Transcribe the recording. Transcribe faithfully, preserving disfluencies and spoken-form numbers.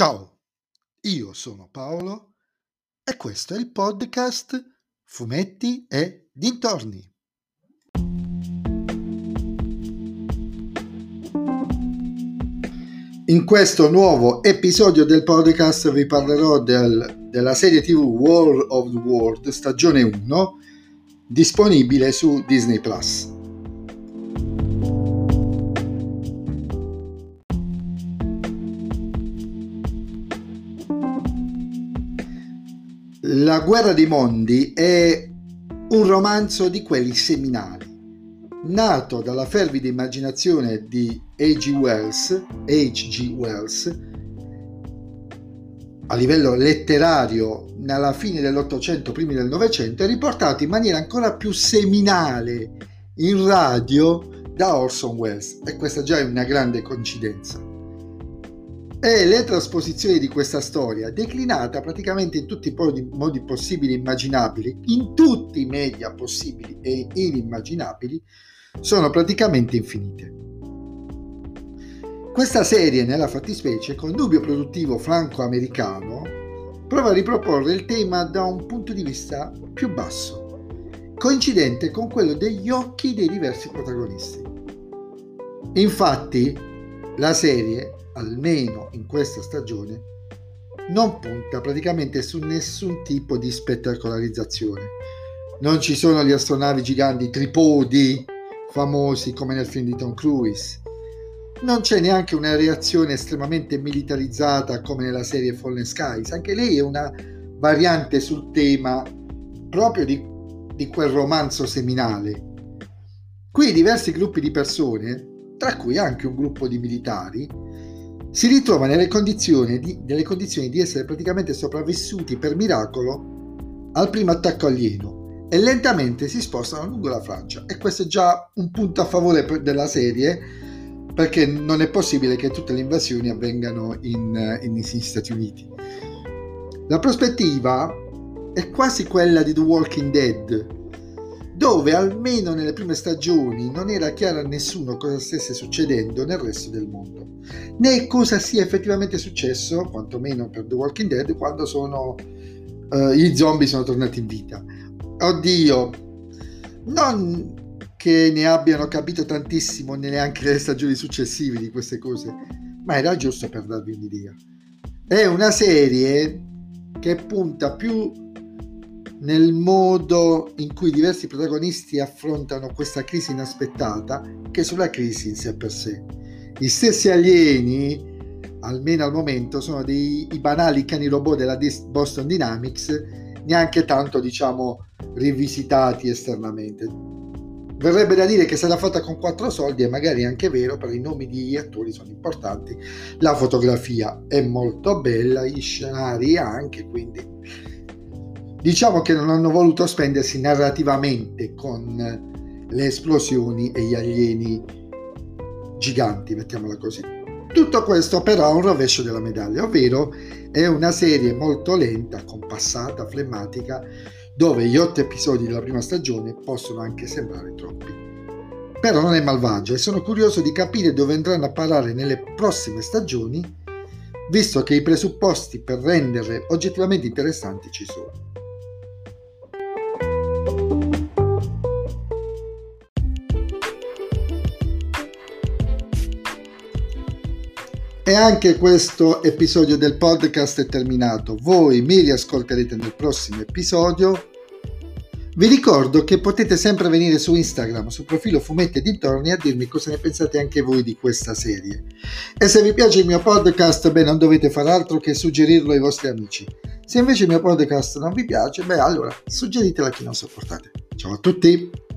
Ciao, io sono Paolo e questo è il podcast Fumetti e Dintorni. In questo nuovo episodio del podcast vi parlerò del, della serie tivù War of the World stagione uno, disponibile su Disney Plus. La guerra dei mondi è un romanzo di quelli seminali, nato dalla fervida immaginazione di H G. Wells, H G. Wells, a livello letterario nella fine dell'Ottocento, primi del Novecento, e riportato in maniera ancora più seminale in radio da Orson Welles, e questa già è una grande coincidenza. E le trasposizioni di questa storia, declinata praticamente in tutti i modi possibili e immaginabili, in tutti i media possibili e inimmaginabili, sono praticamente infinite. Questa serie, nella fattispecie, con dubbio produttivo franco-americano, prova a riproporre il tema da un punto di vista più basso, coincidente con quello degli occhi dei diversi protagonisti. Infatti, la serie, almeno in questa stagione, non punta praticamente su nessun tipo di spettacolarizzazione. Non ci sono gli astronavi giganti tripodi famosi come nel film di Tom Cruise. Non c'è neanche una reazione estremamente militarizzata come nella serie Fallen Skies. Anche lei è una variante sul tema proprio di, di quel romanzo seminale. Qui diversi gruppi di persone, tra cui anche un gruppo di militari, si ritrova nelle condizioni di, nelle condizioni di essere praticamente sopravvissuti per miracolo al primo attacco alieno e lentamente si spostano lungo la Francia. E questo è già un punto a favore della serie, perché non è possibile che tutte le invasioni avvengano in, in, negli Stati Uniti. La prospettiva è quasi quella di The Walking Dead, dove almeno nelle prime stagioni non era chiaro a nessuno cosa stesse succedendo nel resto del mondo, né cosa sia effettivamente successo, quantomeno per The Walking Dead, quando sono uh, gli zombie sono tornati in vita. Oddio, non che ne abbiano capito tantissimo neanche le stagioni successive di queste cose, ma era giusto per darvi un'idea. È una serie che punta più nel modo in cui diversi protagonisti affrontano questa crisi inaspettata che sulla crisi in sé per sé. Gli stessi alieni, almeno al momento, sono dei i banali cani robot della Boston Dynamics, neanche tanto, diciamo, rivisitati esternamente. Verrebbe da dire che sarà fatta con quattro soldi, e magari è anche vero, perché i nomi di attori sono importanti, la fotografia è molto bella, gli scenari anche, quindi diciamo che non hanno voluto spendersi narrativamente con le esplosioni e gli alieni giganti, mettiamola così. Tutto questo però ha un rovescio della medaglia, ovvero è una serie molto lenta, compassata, flemmatica, dove gli otto episodi della prima stagione possono anche sembrare troppi. Però non è malvagia e sono curioso di capire dove andranno a parare nelle prossime stagioni, visto che i presupposti per renderle oggettivamente interessanti ci sono. E anche questo episodio del podcast è terminato. Voi mi riascolterete nel prossimo episodio. Vi ricordo che potete sempre venire su Instagram, sul profilo Fumetti e Dintorni, a dirmi cosa ne pensate anche voi di questa serie. E se vi piace il mio podcast, beh, non dovete far altro che suggerirlo ai vostri amici. Se invece il mio podcast non vi piace, beh, allora suggeritelo a chi non sopportate. Ciao a tutti!